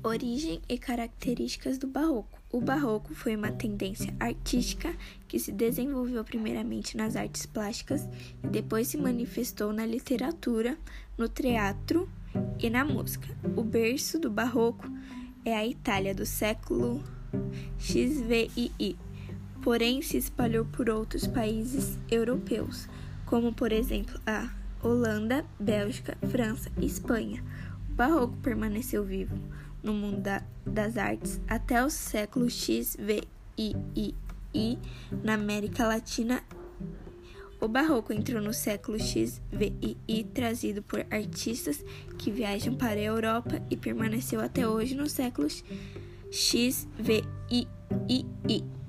Origem e características do Barroco. O Barroco foi uma tendência artística que se desenvolveu primeiramente nas artes plásticas e depois se manifestou na literatura, no teatro e na música. O berço do Barroco é a Itália do século XVI, porém se espalhou por outros países europeus, como por exemplo a Holanda, Bélgica, França e Espanha. O Barroco permaneceu vivo no mundo das artes até o século XVI na América Latina. O Barroco entrou no século XVI trazido por artistas que viajam para a Europa e permaneceu até hoje no século XVI.